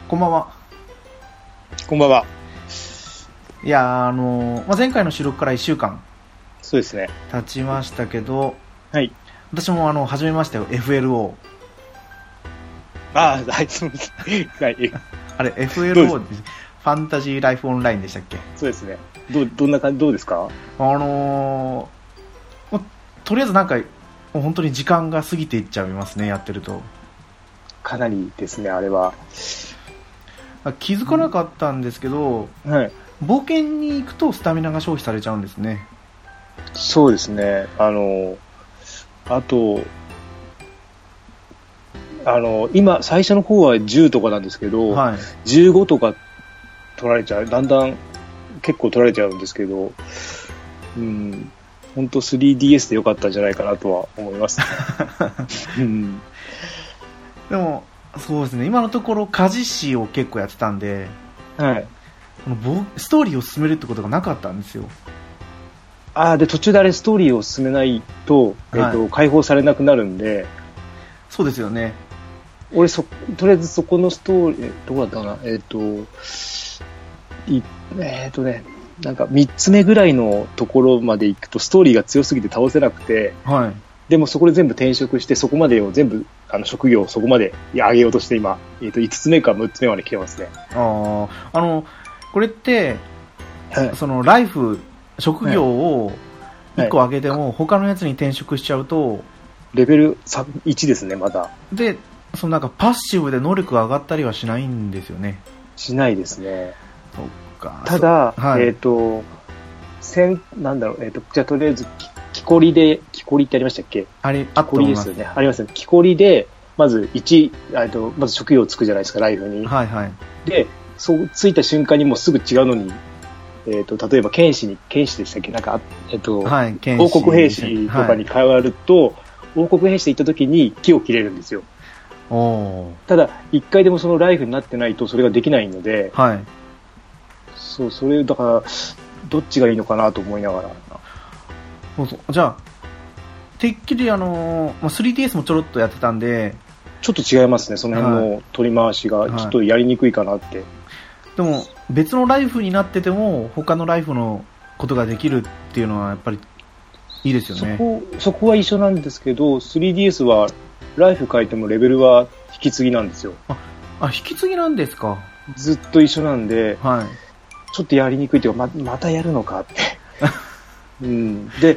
こんばんは。 こんばんは。 いや前回の収録から1週間そうですね。 経ちましたけど、 はい。 私も始めましたよ、FLO。 はい、そうです。はい。 あれ、FLO ってファンタジーライフオンラインでしたっけ？ そうですね。どんな感じ、どうですか？ とりあえずなんか、もう本当に時間が過ぎていっちゃいますね、やってると。 かなりですね、あれは。 気づかなかったんですけど、 はい。 冒険に行くとスタミナが消費されちゃうんですね。 そうですね。あと、今、最初の方は10とかなんですけど、 はい、 15とか取られちゃう。だんだん結構取られちゃうんですけど、本当 3DS で良かったんじゃないかなとは思います、ね。 でも、そうですね、今のところ家事師を結構やってたんで、 はい。 ストーリーを進めるってことがなかったんですよ。 で、途中であれストーリーを進めないと、解放されなくなるんで、 そうですよね。 俺とりあえずそこのストーリー、どこだったかな、なんか3つ目ぐらいのところまで行くとストーリーが強すぎて倒せなくて、 はい。 でもそこで全部転職して、そこまでを全部、職業をそこまで上げようとして今、5つ目か6つ目まで来てますね。 これって、 はい、 そのライフ、職業を1個上げても、他のやつに転職しちゃうと、 レベル1ですね、まだ。 で、そのなんかパッシブで能力が上がったりはしないんですよね。 しないですね。 そっか。 ただ、 はい、 なんだろう、じゃあとりあえず、木こりってありましたっけ？ あったと思います。 木こりですよね。ありますね。木こりで、まずまず職業をつくじゃないですか、ライフに。 はいはい。 で、そうついた瞬間にもうすぐ違うのに、例えば剣士でしたっけ？なんか、 はい、 王国兵士とかに変わると、王国兵士で行った時に木を切れるんですよ。ただ、一回でもそのライフになってないとそれができないので、 はい。 そう、それ、だから、どっちがいいのかなと思いながら。 じゃあ、てっきり3DS もちょろっとやってたんで、 ちょっと違いますね、その辺の取り回しが、ちょっとやりにくいかなって。 でも、別のライフになってても、他のライフのことができるっていうのは、やっぱり、いいですよね。 そこは一緒なんですけど、3DS は、ライフ変えてもレベルは引き継ぎなんですよ。 引き継ぎなんですか。 ずっと一緒なんで、 はい。 ちょっとやりにくいというか、またやるのかって。で、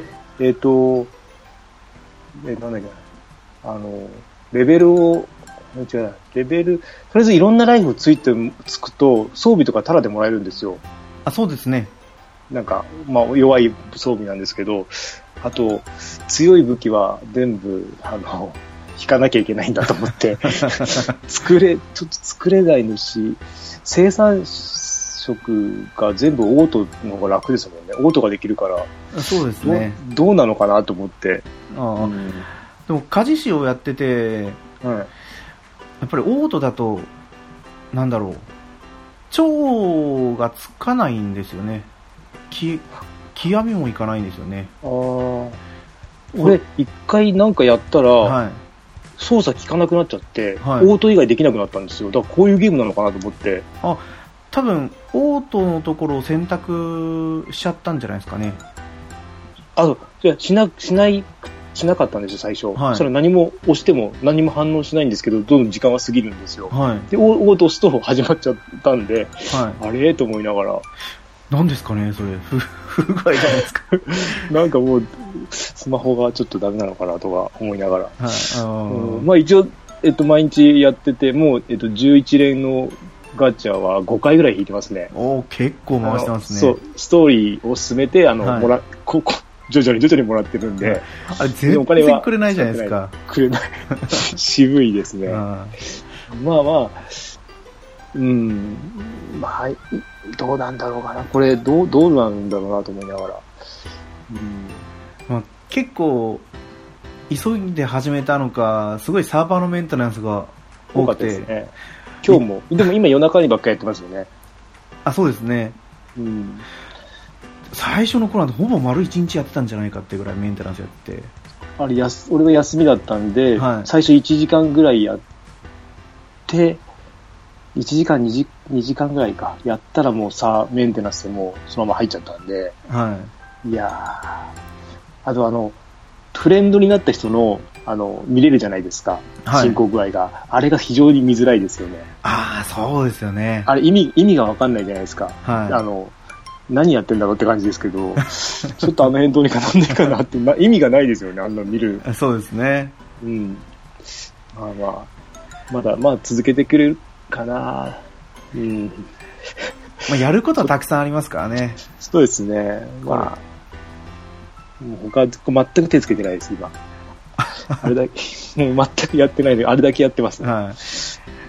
なんだっけな、レベルを、とりあえずいろんなライフつくと、装備とかタダでもらえるんですよ。 そうですね。 なんか、弱い装備なんですけど、あと、強い武器は全部、引かなきゃいけないんだと思って、ちょっと作れないのし、生産職が全部オートの方が楽ですもんね。オートができるから。 そうですね。 どうなのかなと思って。 でも、家事師をやってて、やっぱりオートだと、なんだろう、超がつかないんですよね。極みもいかないんですよね。 これ、一回なんかやったら、操作効かなくなっちゃって、オート以外できなくなったんですよ。だからこういうゲームなのかなと思って。 多分、オートのところを選択しちゃったんじゃないですかね。 しなかったんですよ、最初。そしたら何も押しても何も反応しないんですけど、どんどん時間は過ぎるんですよ。で、オート押すと始まっちゃったんで、あれと思いながら。 何ですかね、それ。不具合じゃないですか。 なんかもう、スマホがちょっとダメなのかなとか思いながら。一応、毎日やってて、もう、11連のガチャは5回ぐらい引いてますね。 結構回してますね。 そう、ストーリーを進めて、徐々にもらってるんで。 全然くれないじゃないですか。 くれない。渋いですね。どうなんだろうかな。これ、どうなんだろうなと思いながら。結構、急いで始めたのか、すごいサーバーのメンテナンスが多くて。 ですね。今日も、でも今夜中にばっかりやってますよね。 そうですね。最初の頃なんてほぼ丸1日やってたんじゃないかってぐらいメンテナンスやってて。 俺が休みだったんで、最初1時間ぐらいやって、 1時間2時間ぐらいか。やったらもうメンテナンスでもうそのまま入っちゃったんで。 はい。 いやー。あとフレンドになった人の、見れるじゃないですか。 はい、 進行具合が。あれが非常に見づらいですよね。 ああ、そうですよね。 あれ意味がわかんないじゃないですか。 はい。 何やってんだろうって感じですけど、ちょっと辺どうにかなんないかなって、意味がないですよね、見る。 そうですね。 うん。まだ続けてくれるかな。うん。 やることはたくさんありますからね。 そうですね。もう他、全く手つけてないです、今。あれだけ、もう全くやってないで、あれだけやってますね。 はい。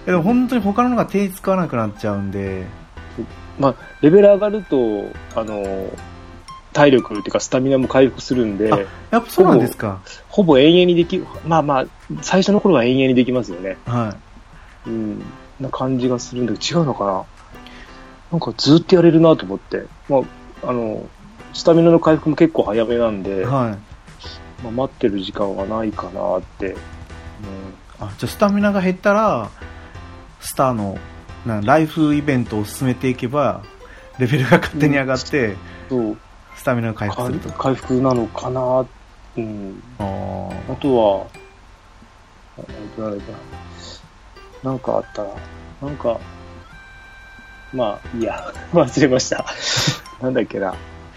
でも本当に他ののが手使わなくなっちゃうんで、 レベル上がると、体力というかスタミナも回復するんで、 やっぱそうなんですか。 ほぼ永遠にできる、最初の頃は永遠にできますよね。 はい。 な感じがするんで、違うのかな。なんかずっとやれるなと思って、スタミナの回復も結構早めなんで、 はい。 待ってる時間はないかなって。 じゃあスタミナが減ったら、スターのライフイベントを進めていけばレベルが勝手に上がって、スタミナが回復すると。 回復なのかな。あとはなんかあったらいいや忘れましたなんだっけな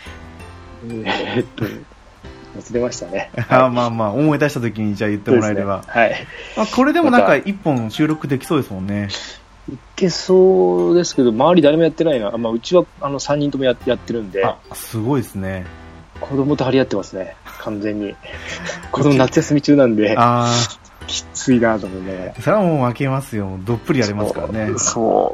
忘れましたね。 思い出した時にじゃあ言ってもらえれば、 はい。 これでもなんか一本収録できそうですもんね。 いけそうですけど、周り誰もやってないな。うちは3人ともやってるんで。 すごいですね。 子供と張り合ってますね、完全に。子供夏休み中なんで、きついなと思いながら。 それはもう負けますよ。どっぷりやれますからね。 そう。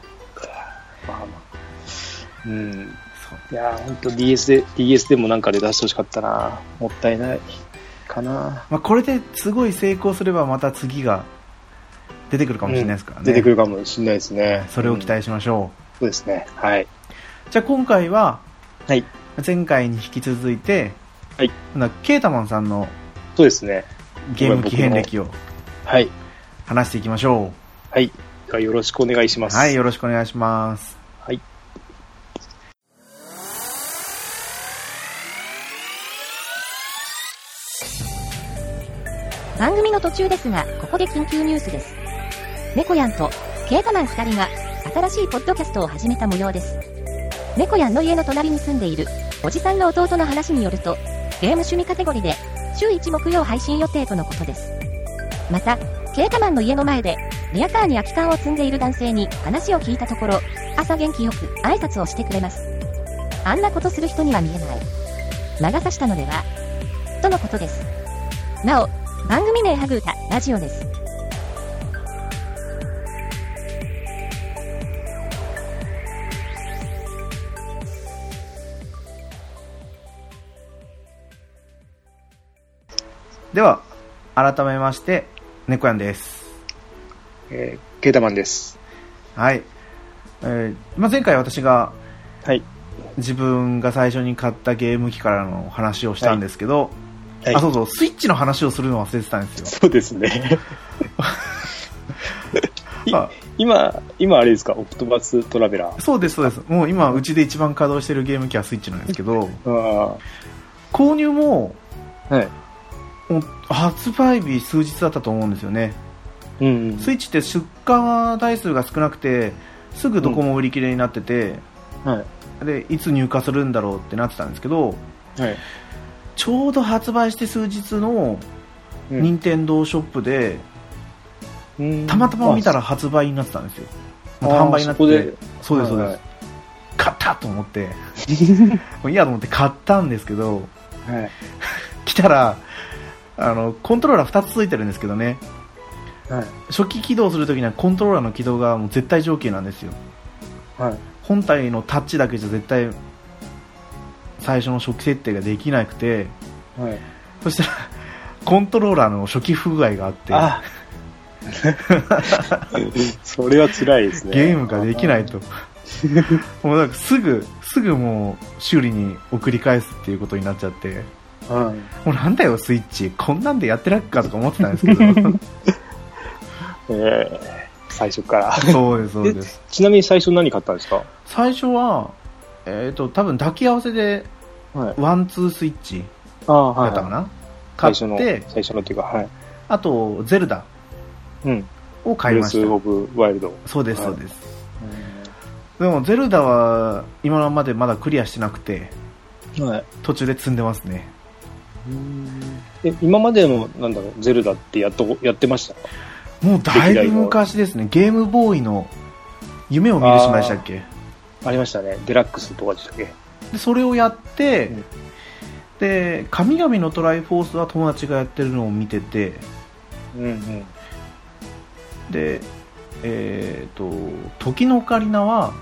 いや本当 DS でもなんかで出してほしかったな。もったいないかな。 これですごい成功すればまた次が出てくるかもしれないですからね。 出てくるかもしれないですね。 それを期待しましょう。そうですね。はい。 じゃあ今回は、 はい。 前回に引き続いて、 はい。 ケータマンさんの、 そうですね。 ゲーム機遍歴を、 はい。 話していきましょう。はい。ではよろしくお願いします。 はい、よろしくお願いします。 はい。 番組の途中ですが、ここで緊急ニュースです。猫やんとケータマン2人が新しいポッドキャストを始めた模様です。猫やんの家の隣に住んでいるおじさんの弟の話によると、ゲーム趣味カテゴリで週1木曜配信予定とのことです。また、ケータマンの家の前でリアカーに空き缶を積んでいる男性に話を聞いたところ、朝元気よく挨拶をしてくれます。あんなことする人には見えない。魔が差したのではとのことです。なお、番組名ハグータラジオです。 では改めまして猫やんです。 ケータマンです。 はい。前回私が、 はい、 自分が最初に買ったゲーム機からの話をしたんですけど、はい、そうスイッチの話をするのを忘れてたんですよ。 そうですね今あれですか、オクトパストラベラー。 そうですそうです。もう今うちで一番稼働してるゲーム機はスイッチなんですけど購入も、 はい、 発売日数日だったと思うんですよね。スイッチって出荷台数が少なくてすぐどこも売り切れになってて、でいつ入荷するんだろうってなってたんですけど、ちょうど発売して数日の任天堂ショップで、たまたま見たら発売になってたんですよ。販売になってて、そうですそうです、買ったと思っていいやと思って買ったんですけど、来たらコントローラー2つついてるんですけどね、初期起動するときにはコントローラーの起動がもう絶対条件なんですよ。本体のタッチだけじゃ絶対最初の初期設定ができなくて、そしたらコントローラーの初期不具合があってそれは辛いですね。 ゲームができないともうなんかすぐもう修理に送り返すっていうことになっちゃって、もうなんだよスイッチこんなんでやってらっかとか思ってたんですけど最初から。 そうです、そうです。 ちなみに最初何買ったんですか？ 最初は、多分抱き合わせで、ワンツースイッチやったかな、買って、 最初のっていうか、はい。 あと、ゼルダを買いました。 ブレスオブワイルド。 そうです、そうです。でも、ゼルダは今までまだクリアしてなくて、途中で積んでますね。 今までの、なんだろう、ゼルダってやってました？ もうだいぶ昔ですね。ゲームボーイの夢を見る島でしたっけ？ ありましたね。デラックスとかでしたっけ？ でそれをやって、で神々のトライフォースは友達がやってるのを見てて、で時のオカリナは、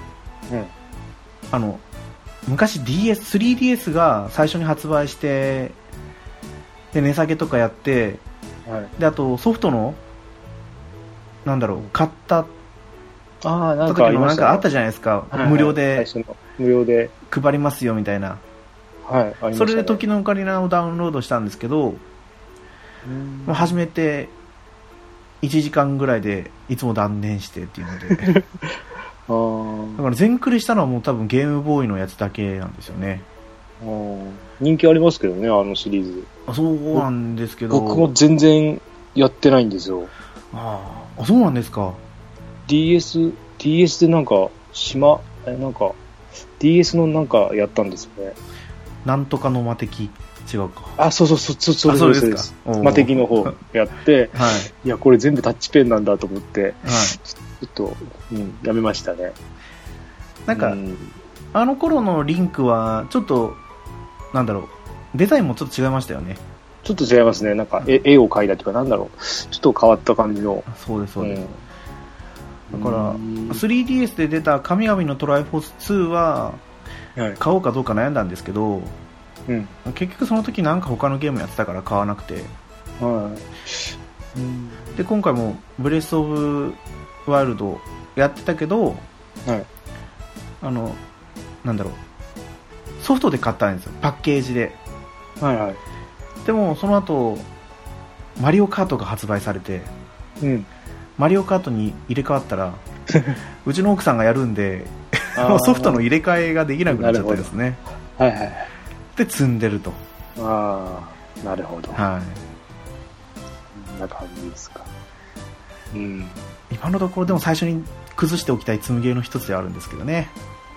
昔 3DS が最初に発売してで値下げとかやって、であとソフトのなんだろう買った時のなんかあったじゃないですか、無料で配りますよみたいな、それで時のオカリナをダウンロードしたんですけど、始めて1時間ぐらいでいつも断念してっていうのでだから全クリしたのはもう多分ゲームボーイのやつだけなんですよね。 人気ありますけどね、あのシリーズ。 そうなんですけど僕も全然やってないんですよ。 そうなんですか。 DS でなんかなんか DS のなんかやったんですよね。 なんとかの魔敵違うか。 そうです。魔敵の方やって、いやこれ全部タッチペンなんだと思って、ちょっと、やめましたね。 なんか、あの頃のリンクはちょっとなんだろう、デザインもちょっと違いましたよね。 ちょっと違いますね。なんか絵を描いたというか、なんだろう、ちょっと変わった感じの。 そうです、そうです。だから 3DS で出た神々のトライフォース2は買おうかどうか悩んだんですけど、結局その時なんか他のゲームやってたから買わなくて、で今回もブレスオブワイルドやってたけど、なんだろう、ソフトで買ったんですよ、パッケージで。でもその後マリオカートが発売されて、マリオカートに入れ替わったらうちの奥さんがやるんでソフトの入れ替えができなくなっちゃったですね。で積んでると。 なるほど。そんな感じですか。 今のところでも最初に崩しておきたい積みゲーの一つではあるんですけどね。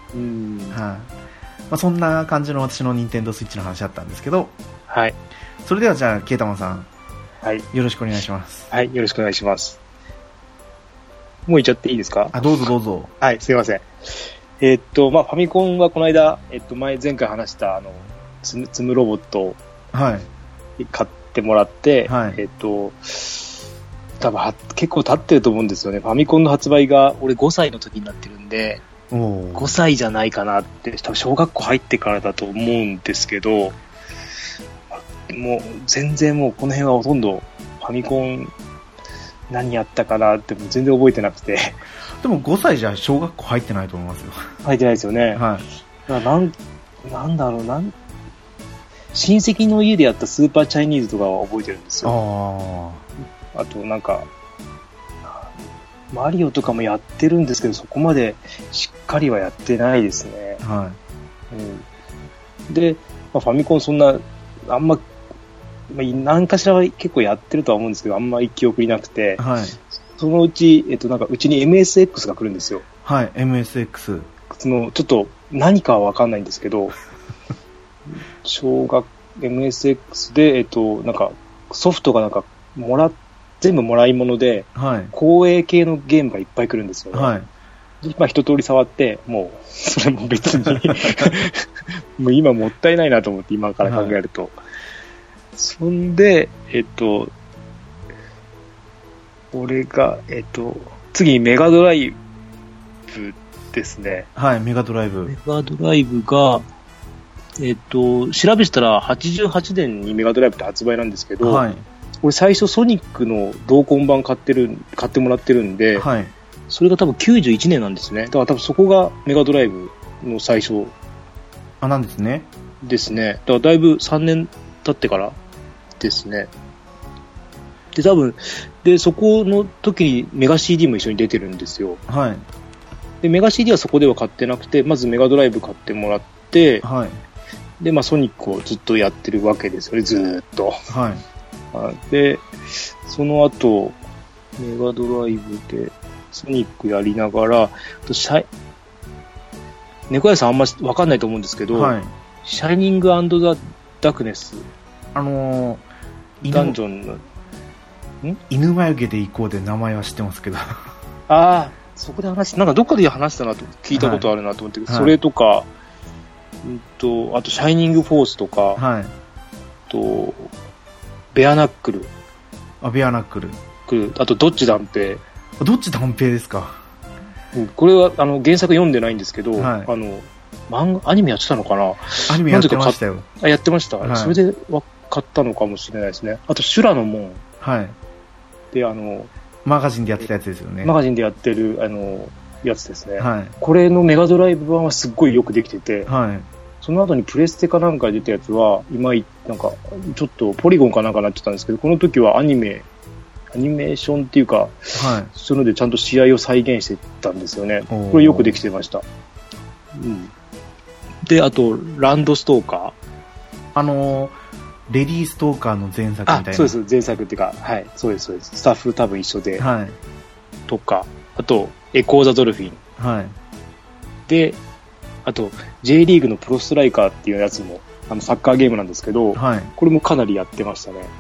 そんな感じの私の任天堂スイッチの話だったんですけど、それではじゃあケイタマンさん、よろしくお願いします。 よろしくお願いします。もういっちゃっていいですか？ どうぞどうぞ。 すいません。ファミコンはこの間、前回話した積むロボットを買ってもらって、多分結構経ってると思うんですよね。ファミコンの発売が俺5歳の時になってるんで、5歳じゃないかなって、多分小学校入ってからだと思うんですけど、もう全然もうこの辺はほとんどファミコン何やったかなってもう全然覚えてなくて。 でも5歳じゃ小学校入ってないと思いますよ。 入ってないですよね。なんだろう、親戚の家でやったスーパーチャイニーズとかは覚えてるんですよ。あとなんかマリオとかもやってるんですけど、そこまでしっかりはやってないですね。で、ファミコンそんなあんま、何かしらは結構やってるとは思うんですけど、あんまり記憶になくて、そのうちなんかうちに MSX が来るんですよ。 MSX。 ちょっと何かは分かんないんですけどMSX でなんかソフトがなんか全部もらい物で、公営系のゲームがいっぱい来るんですよね。一通り触って、もうそれも別にもう今もったいないなと思って、今から考えると、そんで俺が次にメガドライブですね。 メガドライブが調べたら88年にメガドライブって発売なんですけど、俺最初ソニックの同梱版買ってもらってるんで、それが多分91年なんですね。だから多分そこがメガドライブの最初なんですね。 だからだいぶ3年経ってからですね。 で、多分、で、そこの時にメガ CD も一緒に出てるんですよ。 はい。 で、メガ CD はそこでは買ってなくて、まずメガドライブ買ってもらって、 はい。 で、まあ、ソニックをずっとやってるわけですよね、ずーっと。 はい。 で、その後、メガドライブでソニックやりながら、猫屋さんあんまわかんないと思うんですけど、 はい。 シャイニング&ザ・ダークネス、ダンジョンの、 犬眉毛で行こうで名前は知ってますけど。 そこでなんかどっかで話したなと、聞いたことあるなと思って、 はい、 それとか、あと、シャイニング・フォースとか、 はい。 ベアナックル。 ベアナックル。 あと、どっち断平。 どっち断平ですか？ これは、原作読んでないんですけど、 はい、 アニメやってたのかな？ アニメやってましたよ。 やってました、 はい。 それで買ったのかもしれないですね。あと、修羅の門。 はい。 で、 マガジンでやってたやつですよね。 マガジンでやってる、やつですね。 はい。 これのメガドライブ版はすっごいよくできてて、 はい。 その後にプレステかなんかで出たやつは、なんか、ちょっとポリゴンかなんかなってたんですけど、この時はアニメーションっていうか、はい。そういうのでちゃんと試合を再現してたんですよね。これよくできてました。で、あと、ランドストーカー。 レディーストーカーの前作みたいな。 そうです。前作っていうか、はい。そうです。スタッフ多分一緒で。 はい。 とか、あと、エコーザドルフィン。 はい。で、 あと、J リーグのプロストライカーっていうやつも、サッカーゲームなんですけど、はい。これもかなりやってましたね。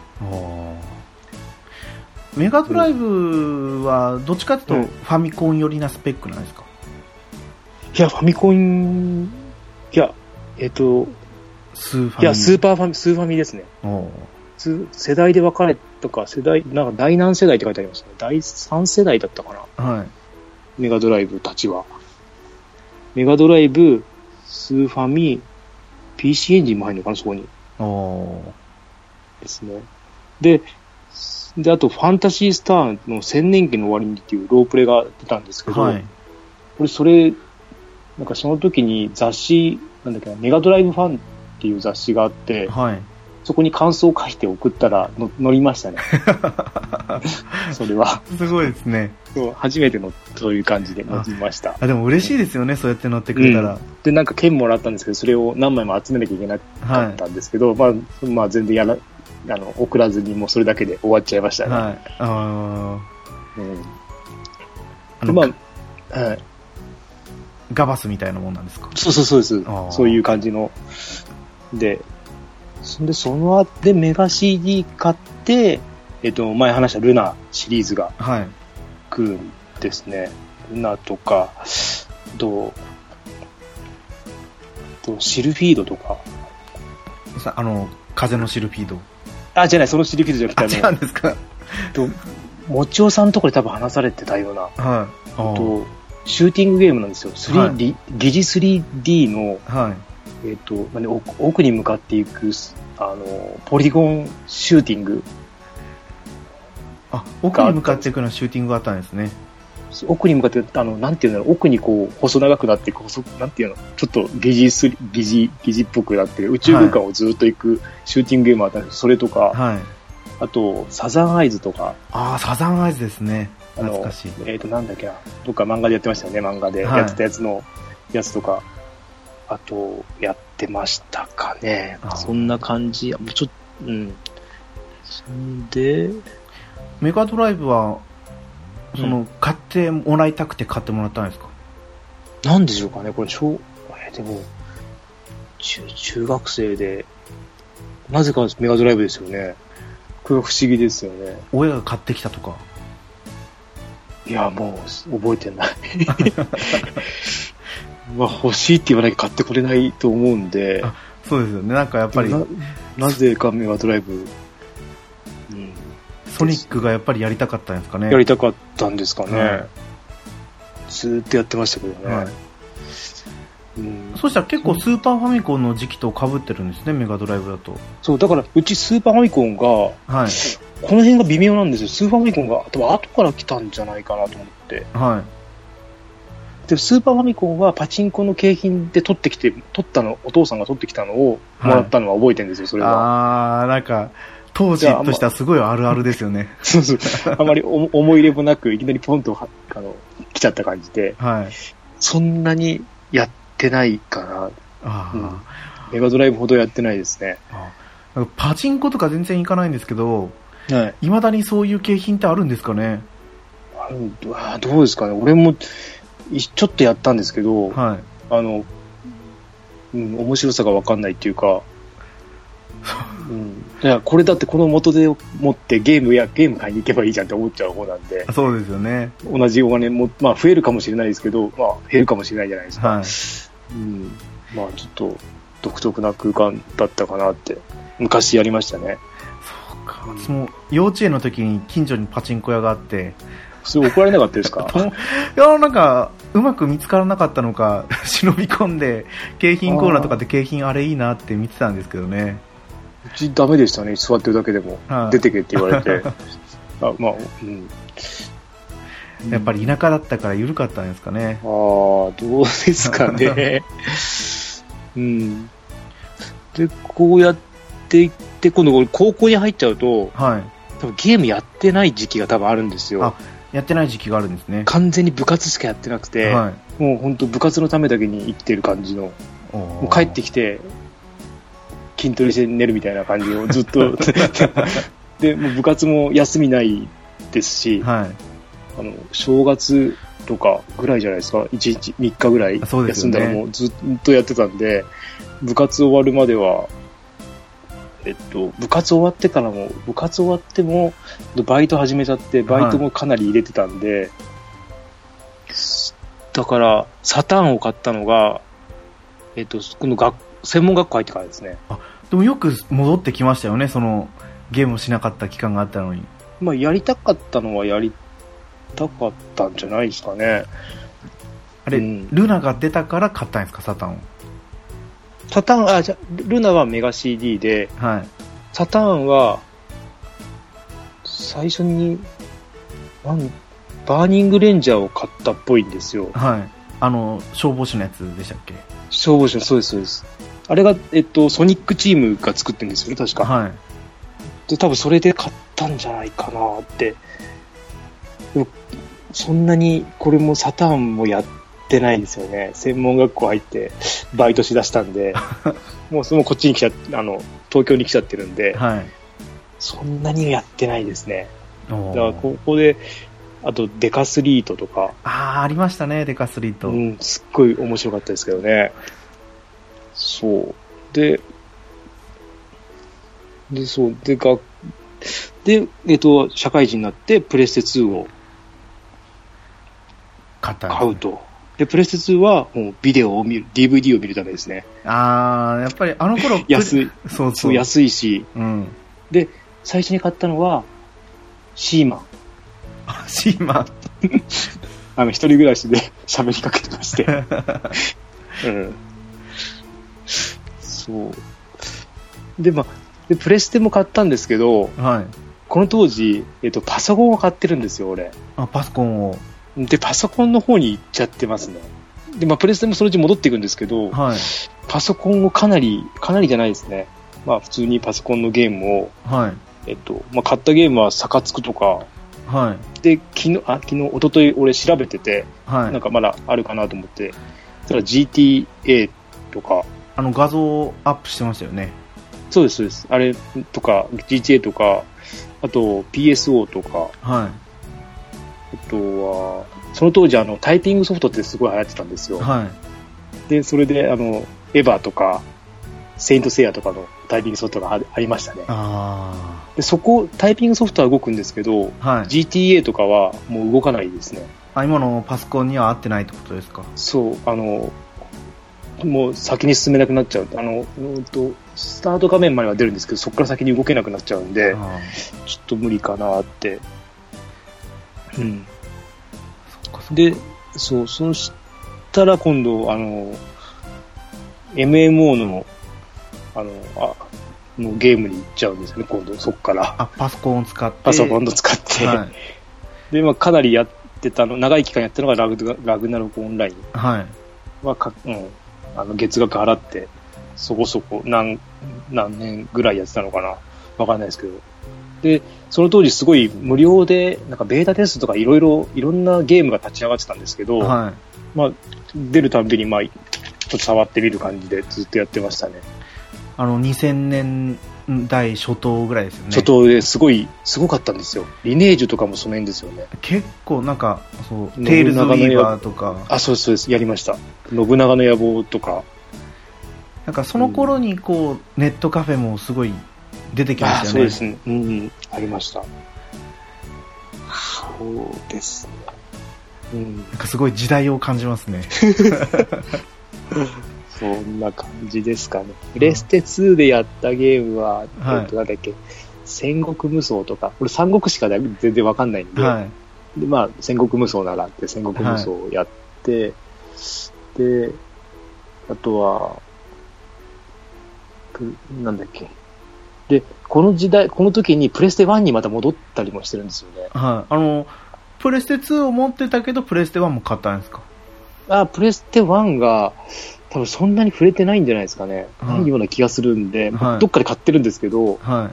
メガドライブは、どっちかというと、ファミコン寄りなスペックなんですか？ いや、ファミコン、いや、 スーファミ。 いや、スーファミですね。世代で分かれとか、なんか第何世代って書いてありましたね。第3世代だったかな。はい。メガドライブたちは。メガドライブ、スーファミ、PC エンジンも入るのかな、そこに。ですね。で、あと、ファンタシースターの千年期の終わりにっていうロープレが出たんですけど、はい、なんかその時に雑誌、なんだっけな、メガドライブファンっていう雑誌があって、はい、そこに感想を書いて送ったら載りましたね。それは。 すごいですね。 そう、初めてのそういう感じで載りました。 でも嬉しいですよね、そうやって載ってくれたら。 で、なんか券もらったんですけど、それを何枚も集めなきゃいけなかったんですけど、はい、まあ全然送らずにもうそれだけで終わっちゃいましたね。はい。はい。 ガバスみたいなもんなんですか？ そうです。そういう感じの。で、その後でメガ CD 買って、前話したルナシリーズが来るんですね。はい、ルナとか、シルフィードとか。 風のシルフィード。 じゃない、そのシルフィードじゃなくて、 違うんですか？ もちおさんのところで多分話されてたような。はい。シューティングゲームなんですよ。はい、疑似 3D の、はい、奥に向かっていく、ポリゴンシューティング。 奥に向かっていくのはシューティングがあったんですね。 奥に向かって、なんていうんだろう、奥にこう、細長くなっていく、なんていうの、ちょっと疑似っぽくなってる、宇宙空間をずっと行くシューティングゲームあったんです。それとか、はい、あと、サザンアイズとか。 サザンアイズですね。懐かしい。 なんだっけな。どっか漫画でやってましたよね、漫画で。やってたやつとか、あと、やってましたかね。そんな感じ。そんで、 メガドライブは、買ってもらいたくて買ってもらったんですか？ なんでしょうかね、これ、でも、中学生で、なぜかメガドライブですよね。これは不思議ですよね。 親が買ってきたとか？ いや、もう、覚えてない。欲しいって言わなきゃ買ってこれないと思うんで。 そうですよね。なんかやっぱり。 なぜかメガドライブ。 ソニックがやっぱりやりたかったんですかね。 やりたかったんですかね。はい、ずーっとやってましたけどね。はい、 そしたら結構スーパーファミコンの時期と被ってるんですね、メガドライブだと。 そう、だからうちスーパーファミコンが、はい、この辺が微妙なんですよ。スーパーファミコンが多分後から来たんじゃないかなと思って。はい。で、スーパーファミコンはパチンコの景品でお父さんが取ってきたのをもらったのは覚えてるんですよ、それは。 なんか、 当時としてはすごいあるあるですよね。 そうそう。あまり思い入れもなく、いきなりポンと来ちゃった感じで、 はい。 そんなにやってないかな。 あメガドライブほどやってないですね。 パチンコとか全然行かないんですけど、 はい。 未だにそういう景品ってあるんですかね。 どうですかね。俺もちょっとやったんですけど、 はい。 面白さが分かんないっていうか、いやこれだってこの元で持ってゲーム買いに行けばいいじゃんって思っちゃう方なんで。 そうですよね。 同じお金も、まあ増えるかもしれないですけど、まあ減るかもしれないじゃないですか。 はい。 まあちょっと独特な空間だったかなって昔やりましたね。 そうか。私も幼稚園の時に近所にパチンコ屋があって、 それ怒られなかったですか？ いや、なんかうまく見つからなかったのか忍び込んで景品コーナーとかで景品あれいいなって見てたんですけどね。 うちダメでしたね。座ってるだけでも、 はい、 出てけって言われてやっぱり田舎だったから緩かったんですかね。 どうですかね。でこうやっていって今度高校に入っちゃうと、はい、多分ゲームやってない時期が多分あるんですよ。 やってない時期があるんですね。 完全に部活しかやってなくて、はい、もう本当部活のためだけに生きてる感じの、もう帰ってきて筋トレして寝るみたいな感じをずっとでもう部活も休みないですし、はい、正月とかぐらいじゃないですか。1日3日ぐらい休んだらもうずっとやってたんで、部活終わるまでは部活終わってからも、部活終わってもバイト始めちゃって、バイトもかなり入れてたんで、はい、だからサターンを買ったのが、この専門学校入ってからですね。 でもよく戻ってきましたよね、そのゲームをしなかった期間があったのに。 まあやりたかったのはやりたかったんじゃないですかね。 あれ、ルナが出たから買ったんですか、サターンを。 ルナはメガ CD で、はい、サターンは最初にバーニングレンジャーを買ったっぽいんですよ。 はい。消防士のやつでしたっけ？ 消防士の、そうです、そうです。あれが、ソニックチームが作ってるんですよね、確か。はい。で、多分それで買ったんじゃないかなって。でもそんなに、これもサターンもやってないんですよね。専門学校入ってバイトしだしたんで、もうこっちに東京に来ちゃってるんで、はい、そんなにやってないですね。だからここで、あとデカスリートとか。 ありましたね、デカスリート。 すっごい面白かったですけどね。そう。で、社会人になってプレステ2を買うと。で、プレステ2はもうビデオを見る、DVD を見るためですね。 やっぱり頃安い。そう、安いし。で、最初に買ったのは、シーマン。 シーマン。 一人暮らしで喋りかけてまして。そう。で、プレステも買ったんですけど、はい、この当時、パソコンを買ってるんですよ、俺。 パソコンを。 で、パソコンの方に行っちゃってますね。で、プレステもそのうち戻っていくんですけど、はい、パソコンをかなりじゃないですね。普通にパソコンのゲームを、はい、買ったゲームはサカツクとか、はい、で、昨日、一昨日俺調べてて、はい、なんかまだあるかなと思って、ただ GTA とか、 画像アップしてましたよね。 そうです、そうです。あれとか、GTA とか、あと PSO とか、はい。あとは、その当時タイピングソフトってすごい流行ってたんですよ。はい。で、それでエヴァとか、セイントセイヤとかのタイピングソフトがありましたね。で、タイピングソフトは動くんですけど、はい、GTA とかはもう動かないですね。 今のパソコンには合ってないってことですか？ そう、もう先に進めなくなっちゃう。スタート画面までは出るんですけど、そこから先に動けなくなっちゃうんで、ちょっと無理かなって。で、そしたら今度、MMO の、ゲームに行っちゃうんですよね、今度、そこから。 パソコンを使って。 パソコンを使って。はい、で、かなりやってた長い期間やったのがラグナロクオンライン。はい。月額払って、そこそこ何年ぐらいやってたのかな。 わかんないですけど。で、その当時すごい無料で、なんかベータテストとかいろんなゲームが立ち上がってたんですけど、 はい。 まあ、出るたんびに、まあ、ちょっと触ってみる感じでずっとやってましたね。 2000年代初頭ぐらいですよね。 初頭ですごかったんですよ。リネージュとかもその辺ですよね。 結構なんか、そう、テイルズ・ウィーバーとか。 あ、そうです、そうです。やりました。信長の野望とか。 なんかその頃にこう、ネットカフェもすごい出てきましたよね。 そうですね。うん、ありました。そうですね。うん。 なんかすごい時代を感じますね。 そんな感じですかね。プレステ2でやったゲームは、なんだっけ、戦国無双とか、これ三国しか全然わかんないんで、はい、で、まあ、戦国無双ならって戦国無双をやって、はい、で、あとは、なんだっけ。で、この時にプレステ1にまた戻ったりもしてるんですよね。 はい。プレステ2を持ってたけど、プレステ1も買ったんですか？ プレステ1が、多分そんなに触れてないんじゃないですかね。ないような気がするんで、どっかで買ってるんですけど、はい、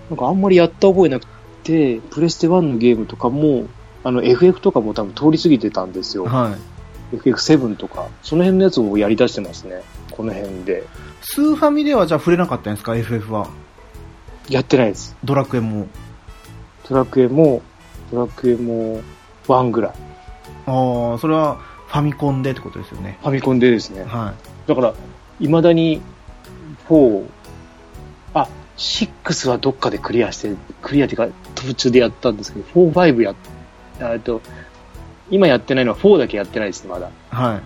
なんかあんまりやった覚えなくて、プレステ1のゲームとかも、FF とかも多分通り過ぎてたんですよ。はい、FF7 とか、その辺のやつをやり出してますね。この辺で。 スーファミではじゃあ触れなかったんですか？ FF は。 やってないです。 ドラクエも 1ぐらい。 ああ、それはファミコンでってことですよね。 ファミコンでですね。 はい。 だから、未だに6はどっかでクリアっていうか、途中でやったんですけど、4、5今やってないのは4だけやってないですね、まだ。 はい。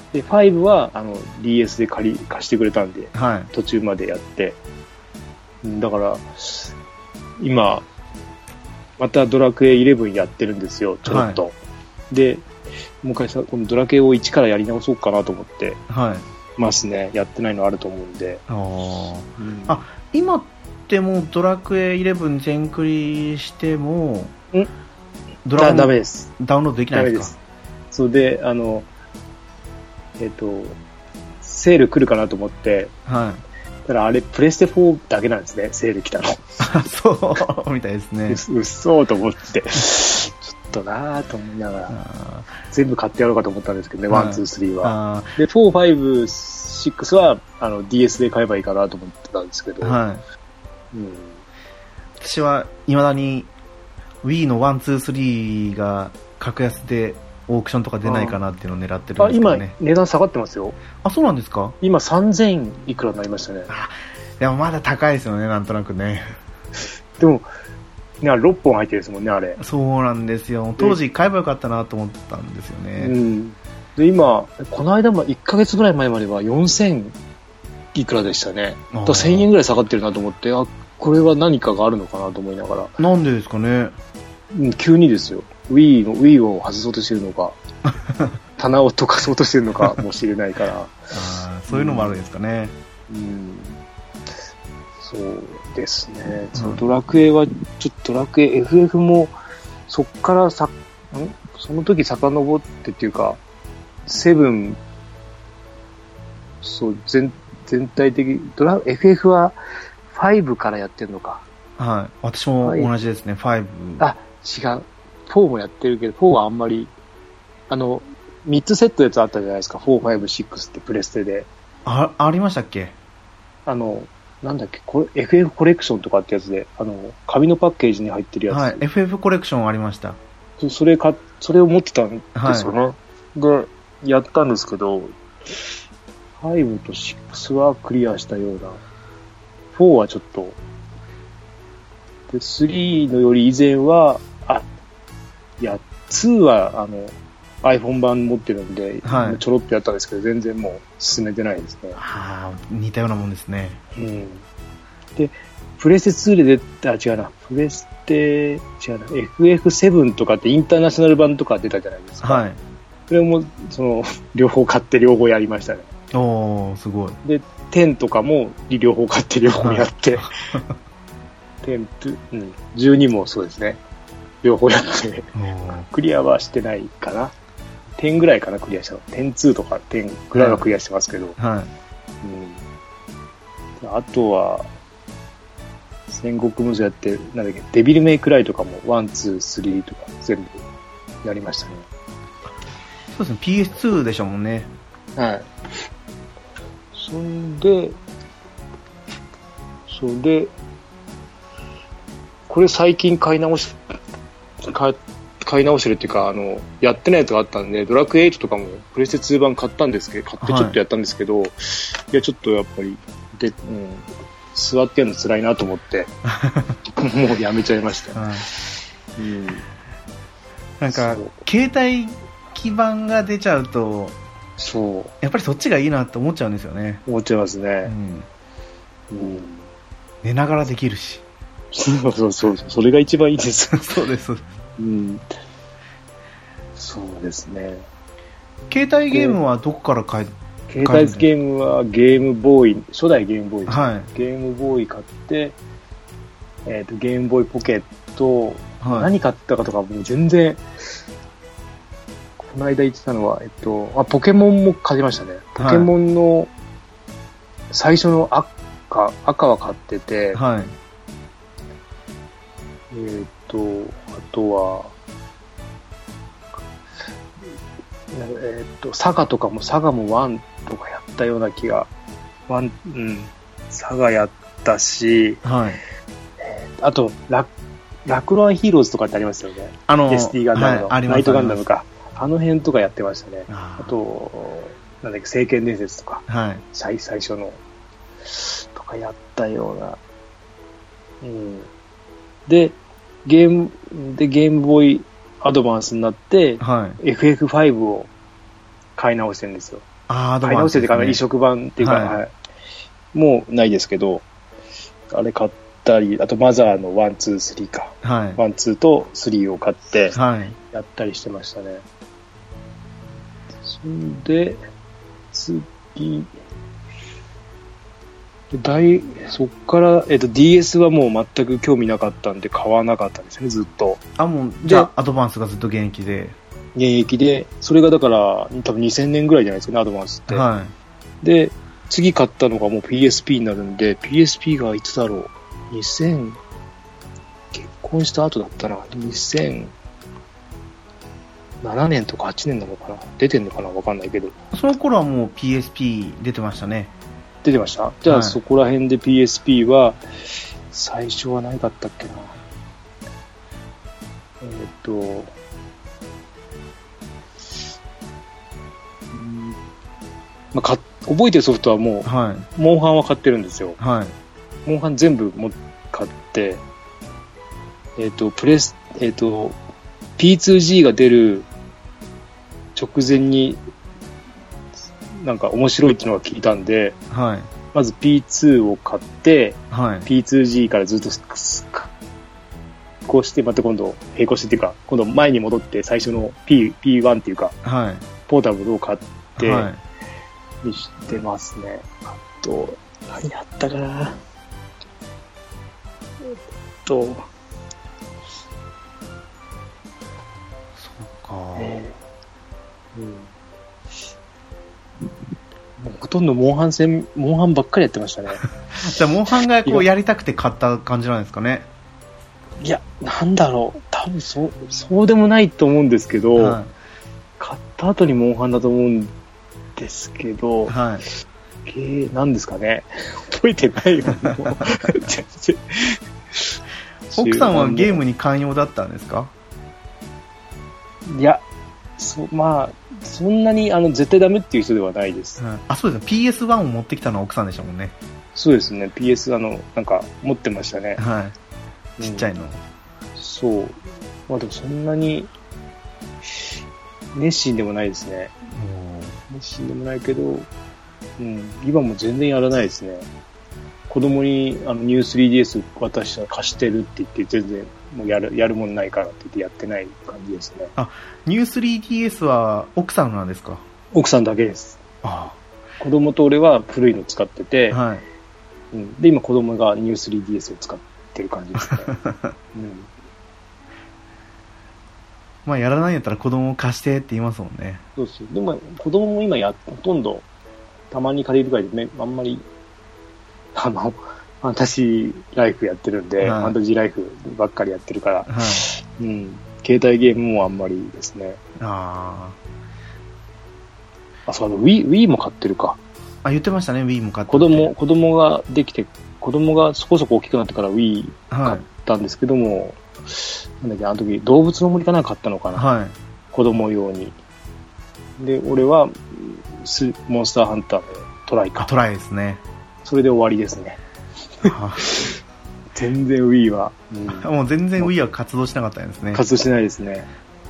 で、5は、DS で貸してくれたんで、 はい。 途中までやって、だから、今、またドラクエ11やってるんですよ、ちょろっと。はい、で、もう一回このドラクエを1からやり直そうかなと思ってますね。はい、やってないのあると思うんで。 今ってもうドラクエ11全クリしても、 ダメです。 ダウンロードできないですか？ダメです。 そうで、セール来るかなと思って、はい。ただあれ、プレステ4だけなんですね、セール来たの。 そう、みたいですね。 うっそうと思って。ちょっとなぁと思いながら、全部買ってやろうかと思ったんですけどね、1、2、3は。で、4、5、6は、DS で買えばいいかなと思ってたんですけど。はい。 私は、未だに、Wii の1、2、3が格安でオークションとか出ないかなっていうのを狙ってるんですけどね。 今値段下がってますよ。 そうなんですか？ 今3000いくらになりましたね。 でもまだ高いですよね、なんとなくね。 でも6本入ってるんですもんね、あれ。 そうなんですよ。当時買えばよかったなと思ったんですよね。 で今この間1ヶ月ぐらい前までは4000いくらでしたね。だから1000円ぐらい下がってるなと思って、これは何かがあるのかなと思いながら。 なんでですかね。 急にですよ。Wii を外そうとしてるのか、棚を溶かそうとしてるのかもしれないから。 そういうのもあるんですかね。 そうですね。ドラクエは、ドラクエ FF も、そっからその時遡ってっていうか、7、そう、全体的、FF は5からやってるのか。 はい。私も同じですね、5。 違う。4もやってるけど、4はあんまり、3つセットのやつあったじゃないですか。4、5、6ってプレステで。 ありましたっけ？ なんだっけ、FF コレクションとかってやつで、紙のパッケージに入ってるやつ。 はい、FF コレクションありました。 それを持ってたんですよね。はい、で、やったんですけど、5と6はクリアしたような。4はちょっと、で、3のより以前は、2は、iPhone 版持ってるんで、はい、ちょろっとやったんですけど、全然もう進めてないですね。 似たようなもんですね。 で、プレステ2で違うな。FF7 とかってインターナショナル版とか出たじゃないですか。はい。それも、両方買って両方やりましたね。 すごい。 で、10とかも両方買って両方やって、12もそうですね。両方やって、クリアはしてないかな。10ぐらいかな、クリアしたの。10-2とか10ぐらいはクリアしてますけど。はい。あとは、 戦国無双やって、なんだっけ、デビルメイクライとかも、1、2、3とか全部やりましたね。 そうですね、PS2 でしょもんね。 はい。そんで、これ最近買い直してるっていうか、やってないやつがあったんで、ドラクエ8とかもプレステ2版買ってちょっとやったんですけど、いや、ちょっとやっぱり、座ってやるの辛いなと思って、もうやめちゃいました。 なんか、携帯基盤が出ちゃうと、やっぱりそっちがいいなって思っちゃうんですよね。 思っちゃいますね。 寝ながらできるし。 そう、それが一番いいです。 そうです。 そうですね。 携帯ゲームはどこから買携帯ゲームはゲームボーイ、初代ゲームボーイです、 はい、 ゲームボーイ買って、ゲームボーイポケット、何買ったかとかもう全然、この間言ってたのは、ポケモンも買いましたね。ポケモンの最初の赤は買ってて、 はい、 あとは、サガも1とかやったような気が、サガやったし、 はい、 あとラクロアンヒーローズとかってありますよね。SD ガンダムの、ナイトガンダムか。あの辺とかやってましたね。あと、なんだっけ、聖剣伝説とか、 はい、 最初の、とかやったような。で、ゲームボーイアドバンスになって、 はい、 FF5 を買い直してるんですよ。 買い直してるっていうか、移植版っていうか、はい、もうないですけど、あれ買ったり、あとマザーの1、2、3か。 はい、 1、2と3を買って、 はい、 やったりしてましたね。そんで、次、そっから、DS はもう全く興味なかったんで買わなかったんですね、ずっと。 もう、じゃあ、アドバンスがずっと現役で。 それがだから、多分2000年ぐらいじゃないですかね、アドバンスって。 はい。 で、次買ったのがもう PSP になるんで、PSP がいつだろう、結婚した後だったな、2007年とか8年なのかな、出てんのかな、わかんないけど。 その頃はもう PSP 出てましたね。 出てました？じゃあ、そこら辺で PSP は、最初は何かあったっけな。覚えてるソフトはもう、モンハンは買ってるんですよ。 はい。 モンハン全部買って、P2G が出る直前に、なんか面白いっていうのが聞いたんで、 はい、 まず P2 を買って、 はい、 P2G からずっとこうしてまた今度並行してっていうか、今度前に戻って最初の P1 っていうか、 はい、 ポータブルを買って、 はい、 にしてますね。あと何やったかな。 そうか。 ほとんどモンハンばっかりやってましたね。 じゃあモンハンがこうやりたくて買った感じなんですかね。 いや、なんだろう、多分そうでもないと思うんですけど、はい、買った後にモンハンだと思うんですけど、 はい、 なんですかね、覚えてないよ。 奥さんはゲームに寛容だったんですか？ いや、まあそんなに絶対ダメっていう人ではないです。 そうですね。PS1 を持ってきたのは奥さんでしたもんね。 そうですね。PS なんか持ってましたね。 はい。ちっちゃいの。 そう。まあでもそんなに熱心でもないですね。熱心でもないけど、今も全然やらないですね。子供にニュー 3DS 私は貸してるって言って全然もうやるもんないからって言ってやってない感じですね。 ニュー 3DS は奥さんなんですか？ 奥さんだけです。子供と俺は古いの使ってて、 はい、 で今子供がニュー 3DS を使ってる感じですね。 まあやらないんやったら子供を貸してって言いますもんね。 そうそう。でも子供も今ほとんどたまに借りるぐらいであんまりファンタジーライフやってるんで、 はい、 ファンタジーライフばっかりやってるから、 はい、 うん、携帯ゲームもあんまりですね。そう、Wii も買ってるか。 言ってましたね、Wii も買ってる。 子供ができて、子供がそこそこ大きくなってから Wii 買ったんですけども、なんだっけ、あの時、動物の森かなんか買ったのかな。はい。子供用に。で、俺は、モンスターハンターのトライか。 トライですね。 それで終わりですね。全然 Wii は、 もう全然 Wii は活動しなかったんですね。 活動しないですね。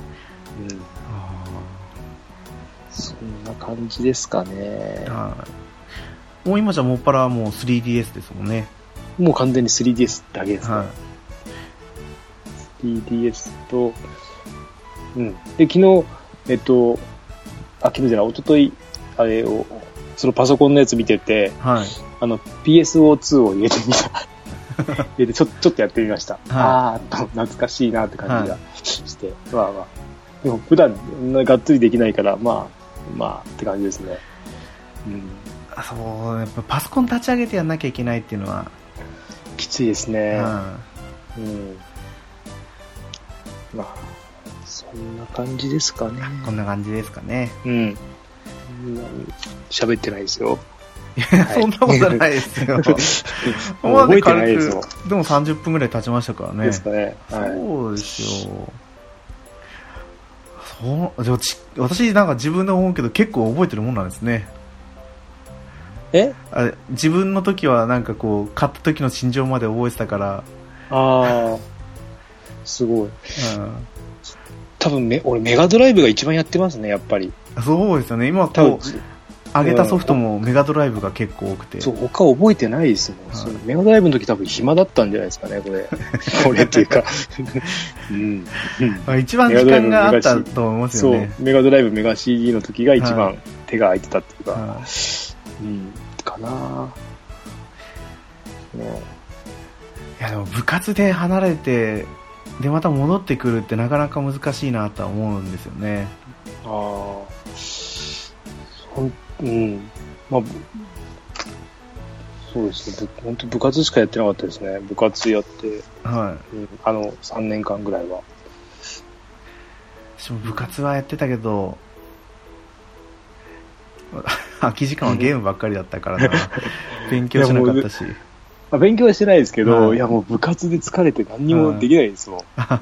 そんな感じですかね。 もう今じゃもっぱらもう 3DS ですもんね。 もう完全に 3DS だけですね。3DS と、で、昨日、昨日じゃない、一昨日あれを、そのパソコンのやつ見てて、PSO2 を入れてみた。入れてちょっとやってみました。懐かしいなって感じがして。でも普段がっつりできないから、まあって感じですね。 そう、やっぱパソコン立ち上げてやんなきゃいけないっていうのはきついですね。そんな感じですかね。 こんな感じですかね。 喋ってないですよ。 そんなことないですよ。 覚えてないですよ。 でも30分ぐらい経ちましたからね。 ですかね。 そうですよ。私なんか自分で思うけど結構覚えてるもんなんですね。自分の時はなんかこう買った時の心情まで覚えてたから。 すごい。多分俺メガドライブが一番やってますね、やっぱり。 そうですよね。今こう上げたソフトもメガドライブが結構多くて。 そう、他覚えてないですもん。メガドライブの時多分暇だったんじゃないですかね、これ。これっていうか。 一番時間があったと思いますよね。 そう、メガドライブ、メガ CD の時が一番手が空いてたっていうか。かな。 いやでも部活で離れて、でまた戻ってくるってなかなか難しいなとは思うんですよね。 そうですね。本当部活しかやってなかったですね。部活やって、3年間ぐらいは。 私も部活はやってたけど、空き時間はゲームばっかりだったからな。勉強しなかったし。 勉強はしてないですけど、いやもう部活で疲れて何にもできないですもん。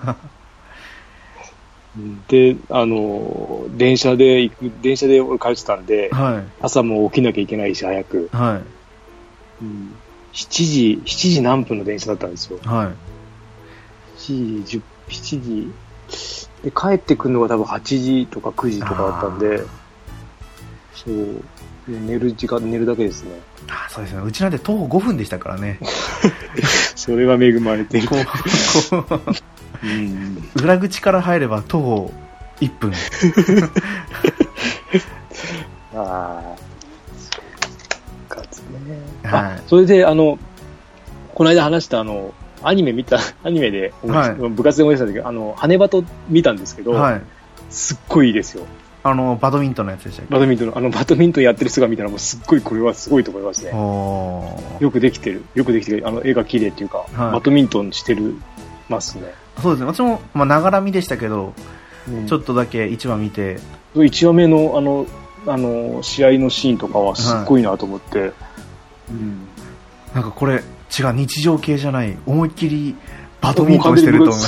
で、電車で俺帰ってたんで、朝も起きなきゃいけないし、早く。7時何分の電車だったんですよ。7時。で、帰ってくるのが多分8時とか9時とかだったんで、そう、寝るだけですね。 そうですね。うちなんて徒歩5分でしたからね。 それは恵まれてる。 裏口から入れば徒歩1分。 それでこの間話したアニメで、部活で思い出したんだけど、羽バト見たんですけど、すっごいいいですよ。 バドミントンのやつでしたっけ？ バドミントンやってる姿見たらもうすっごい、これはすごいと思いますね。よくできてる。絵が綺麗っていうか、バドミントンしてますね。 そうですね。私も、ながら見でしたけど、ちょっとだけ1話見て。 1話目の、試合のシーンとかはすっごいなと思って。 なんかこれ、日常系じゃない、思いっきりバドミントンしてると思います。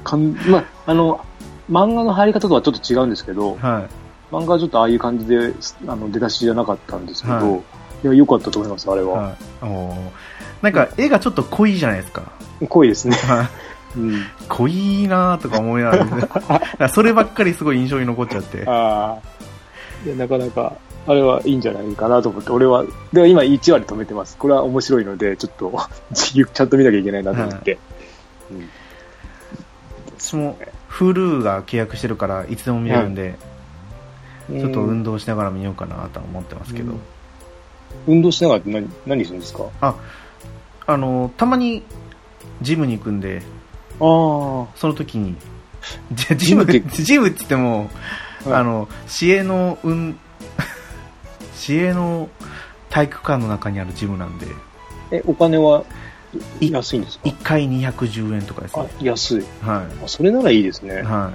漫画の入り方とはちょっと違うんですけど、漫画はちょっとああいう感じで出だしじゃなかったんですけど、いや良かったと思います、あれは。 なんか絵がちょっと濃いじゃないですか。 濃いですね。 濃いなとか思いながら、そればっかりすごい印象に残っちゃって。 なかなかあれはいいんじゃないかなと思って、俺はでも今1話で止めてます。これは面白いのでちょっとちゃんと見なきゃいけないなと思って。 私もHulu が契約してるからいつでも見れるんで、ちょっと運動しながら見ようかなと思ってますけど。 運動しながらって何するんですか？ たまにジムに行くんで、その時にジムって言っても、市営の体育館の中にあるジムなんで。 お金は安いんですか ？1回210円とかですね。 あ、安い。 はい。 それならいいですね。 はい。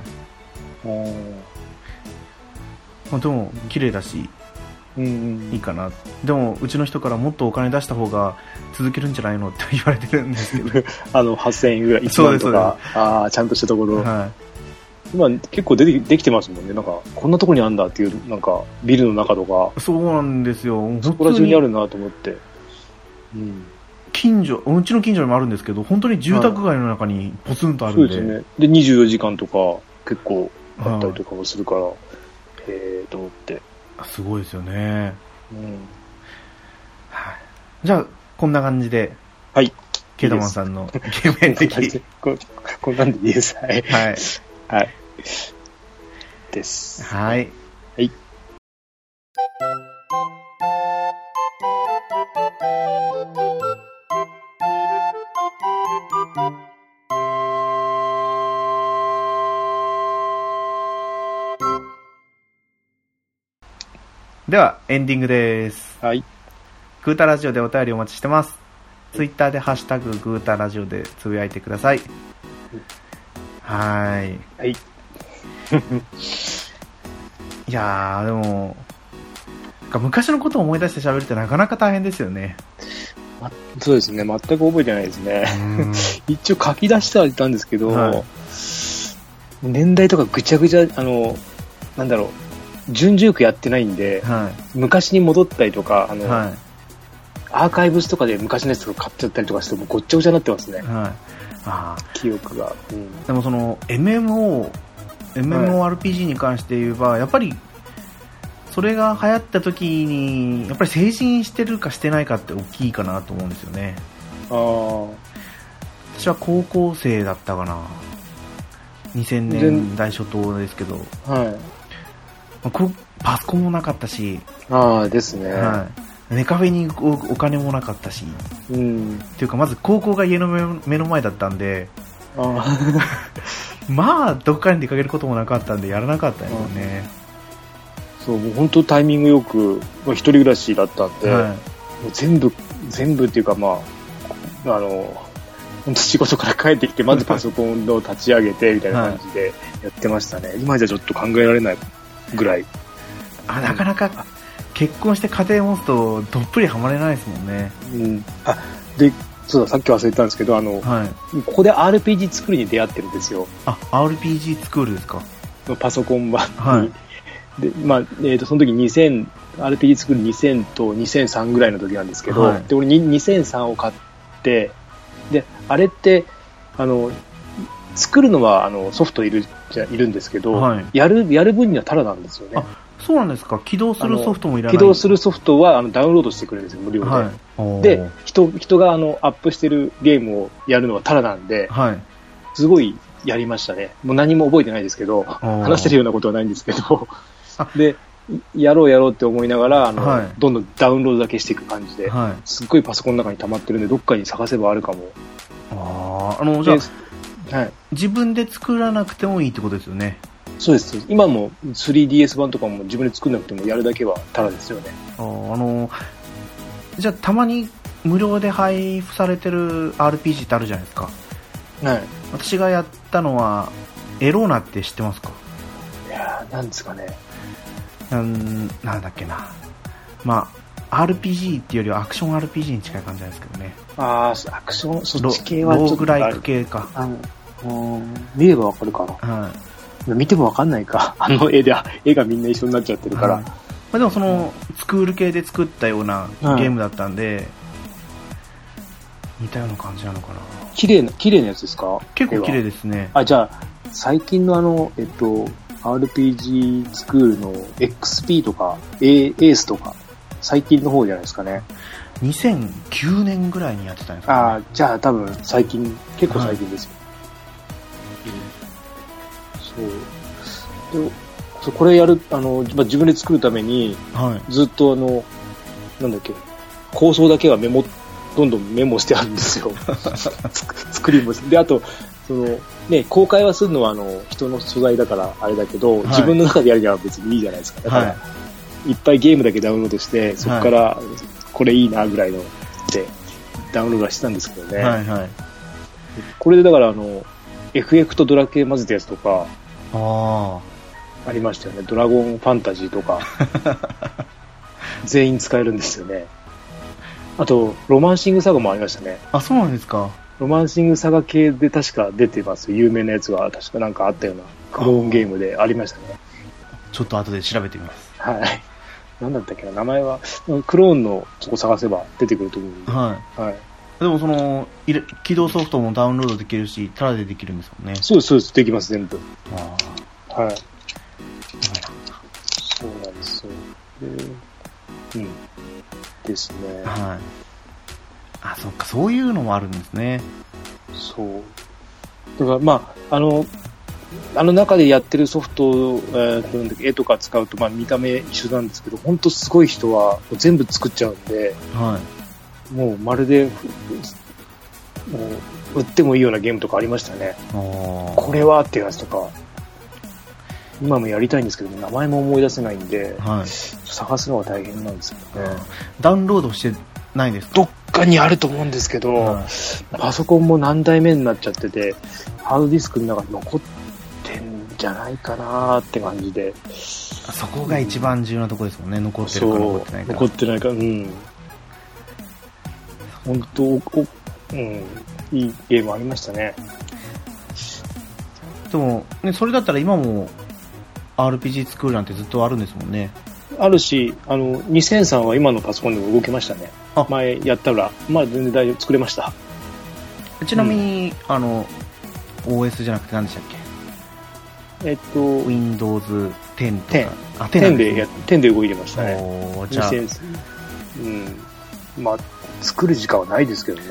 でも綺麗だし、いいかな。でもうちの人からもっとお金出した方が続けるんじゃないのって言われてるんですけど 8000円ぐらい、1万とか、ちゃんとしたところ、はい、今結構できてますもんね。なんかこんなとこにあんだっていう、なんかビルの中とか。 そうなんですよ。 そこら中にあるなと思って、うちの近所にもあるんですけど、本当に住宅街の中にポツンとあるんで、 そうですね。で24時間とか結構あったりとかもするから、と思って。 すごいですよね。じゃあこんな感じで、 はい。 ケイタマンさんのゲーム演劇こんなんでいいです。はい。 はい。 はい。です。 はい。 はい。 ではエンディングです。 はい。 グータラジオでお便りお待ちしてます。ツイッターでハッシュタググータラジオでつぶやいてください。はい。 はい。 いやーでも昔のことを思い出して喋るってなかなか大変ですよね。 そうですね。全く覚えてないですね。一応書き出してはいたんですけど、はい、年代とかぐちゃぐちゃなんだろう。順序よくやってないんで、はい、昔に戻ったりとかはい、アーカイブスとかで昔のやつとか買っちゃったりとかしてもごっちゃごちゃになってますね、はい、記憶が、 でもその MMORPG に関して言えば、やっぱりそれが流行った時にやっぱり成人してるかしてないかって大きいかなと思うんですよね。私は高校生だったかな、2000年代初頭ですけど、はい、パソコンもなかったし、 ですね、 はい、ネカフェに行くお金もなかったし、っていうかまず高校が家の目の前だったんで、まあどっかに出かけることもなかったんでやらなかったよね。 そう、もう本当タイミングよく、一人暮らしだったんで、はい、もう全部っていうか、まあ本当仕事から帰ってきてまずパソコンを立ち上げてみたいな感じでやってましたね、はい、今じゃちょっと考えられないぐらい。 なかなか結婚して家庭持つとどっぷりハマれないですもんね。 で、そうだ、さっき忘れてたんですけど、はい、ここで RPG 作るに出会ってるんですよ。 RPG スクールですか。 パソコン版に、はい、で、まあその時RPG 作る2000と2003ぐらいの時なんですけど、はい、で俺2003を買って、であれって作るのはソフトいるんですけど、はい、やる分にはタダなんですよね。 そうなんですか。起動するソフトもいらない。 起動するソフトはダウンロードしてくれるんですよ、無料で。はい、で、人がアップしてるゲームをやるのはタダなんで、はい、すごいやりましたね。もう何も覚えてないですけど、話してるようなことはないんですけど、で、やろうって思いながらはい、どんどんダウンロードだけしていく感じで、はい、すっごいパソコンの中に溜まってるんで、どっかに探せばあるかも。 じゃあ、はい、自分で作らなくてもいいってことですよね。 そうです。今も 3DS 版とかも自分で作らなくてもやるだけはタダですよね。 じゃあたまに無料で配布されてる RPG ってあるじゃないですか。はい。私がやったのはエローナって知ってますか？ いやー、なんですかね。 なんだっけな。まあ RPG っていうよりはアクション RPG に近い感じなんですけどね。 アクション、そっち系はちょっとローグライク系か。 見ればわかるかな。はい。見てもわかんないか。絵がみんな一緒になっちゃってるから。 でもそのスクール系で作ったようなゲームだったんで、似たような感じなのかな。 綺麗なやつですか？ 結構綺麗ですね。 じゃあ最近のRPG スクールの XP とかエースとか最近の方じゃないですかね。 2009年ぐらいにやってたんですかね。 じゃあ多分結構最近ですよ。そう。これやる、自分で作るために、はい、ずっとなんだっけ、構想だけはどんどんメモしてあるんですよ。作りも。で、あと、公開はするのは人の素材だからあれだけど、はい、自分の中でやるには別にいいじゃないですか。だから、はい、いっぱいゲームだけダウンロードして、そこからこれいいなぐらいのでダウンロードはしてたんですけどね。 はいはい。 これでだからFF とドラクエ混ぜたやつとか、 ありましたよね。ドラゴンファンタジーとか。全員使えるんですよね。あと、ロマンシングサガもありましたね。 あ、そうなんですか。 ロマンシングサガ系で確か出てます。有名なやつが確かなんかあったようなクローンゲームでありましたね。 ちょっと後で調べてみます。 はい。なんだったっけな、名前は、クローンのとこ探せば出てくると思うんで。 はい。はい。でも起動ソフトもダウンロードできるし、タダでできるんですもんね。 そうです、そうです。できます、全部。 ああ。 はい。そうなんですよ。ですね。 はい。あ、そっか、そういうのもあるんですね。 そう。だからまあ、中でやってるソフト、絵とか使うと、まあ見た目一緒なんですけど、本当すごい人は全部作っちゃうんで、 はい。 もうまるで、もう売ってもいいようなゲームとかありましたね。これはっていうやつとか、今もやりたいんですけど、名前も思い出せないんで、はい、探すのは大変なんですけどね。 ダウンロードしてないんですか？ どっかにあると思うんですけど、はい、パソコンも何代目になっちゃってて、ハードディスクの中に残ってんじゃないかなって感じで。 そこが一番重要なところですもんね。残ってるか残ってないか。 残ってないか、うん。本当、いいゲームありましたね。 でも、ね、それだったら今も RPG 作るなんてずっとあるんですもんね。 あるし、2003は今のパソコンでも動けましたね。前やったら、まあ全然大丈夫、作れました。 ちなみに、OS じゃなくて何でしたっけ？Windows 10とか。 10で動いてましたね。 じゃあ、 まあ、作る時間はないですけどね。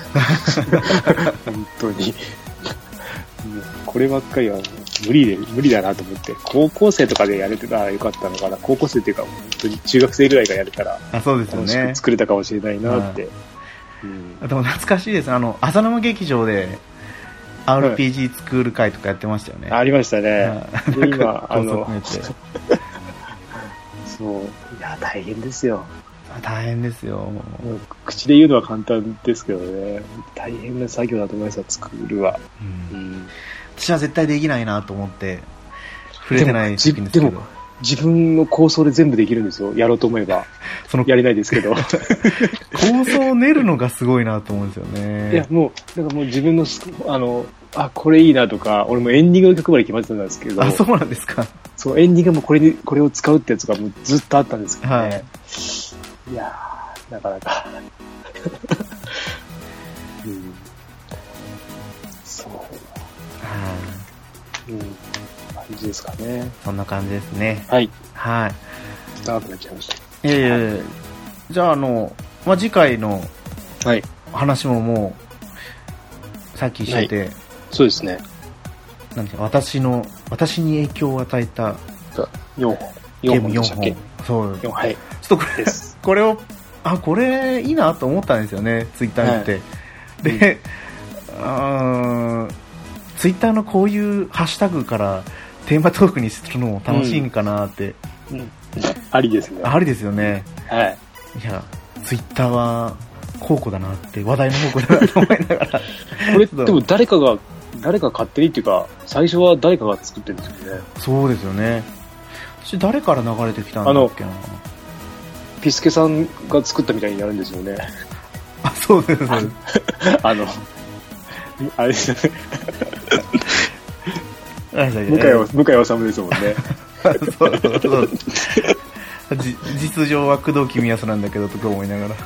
本当に。こればっかりは無理だなと思って、高校生とかでやれてたらよかったのかな。高校生っていうか、本当に中学生ぐらいがやれたら、 そうですよね。 楽しく作れたかもしれないなって。 でも懐かしいです。浅沼劇場で RPG スクール会とかやってましたよね。 ありましたね。今、そう。いや、大変ですよ。 大変ですよ。 もう口で言うのは簡単ですけどね、大変な作業だと思いますよ、作るは。 私は絶対できないなと思って触れてない時期ですけど。でも自分の構想で全部できるんですよ、やろうと思えば。やれないですけど。 構想を練るのがすごいなと思うんですよね。 いや、もう自分のこれいいなとか、俺もエンディングの曲まで決まってたんですけど。 そうなんですか。 そう、エンディングもこれを使うってやつがもうずっとあったんですけどね。はい、いやー、なかなか。そう。感じですかね。 そんな感じですね。 はい。 はい。 長くなっちゃいました。 じゃあ次回の話ももう、さっきしてて、 そうですね。 なんて私に影響を与えたゲーム4本。 そう。 はい。 ちょっとこれを、これいいなと思ったんですよね、ツイッター見て。で、ツイッターのこういうハッシュタグからテーマトークにするのも楽しいんかなって。 ありですね。 ありですよね。 はい。 いや、ツイッターは宝庫だなって、話題の宝庫だなと思いながら。 これ、でも誰か勝手にっていうか、最初は誰かが作ってるんですよね。 そうですよね。私誰から流れてきたんだっけな。 ピスケさんが作ったみたいになるんですよね。 そうです。 あれですよね。向井治ですもんね。 そう実情は工藤公康なんだけどとか思いながら。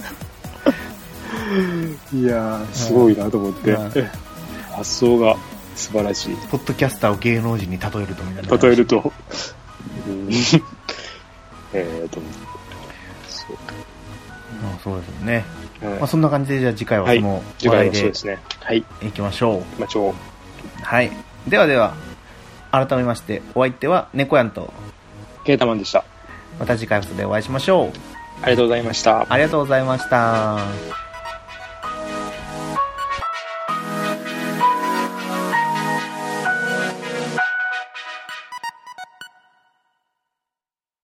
いやー、すごいなと思って。発想が素晴らしい。 ポッドキャスターを芸能人に例えるとみたいな。 例えると。 そうですよね。そんな感じで、じゃあ次回はその話題でいきましょう。はい。では、改めまして、お相手は猫やんとケータマンでした。 また次回でお会いしましょう。 ありがとうございました。 ありがとうございました。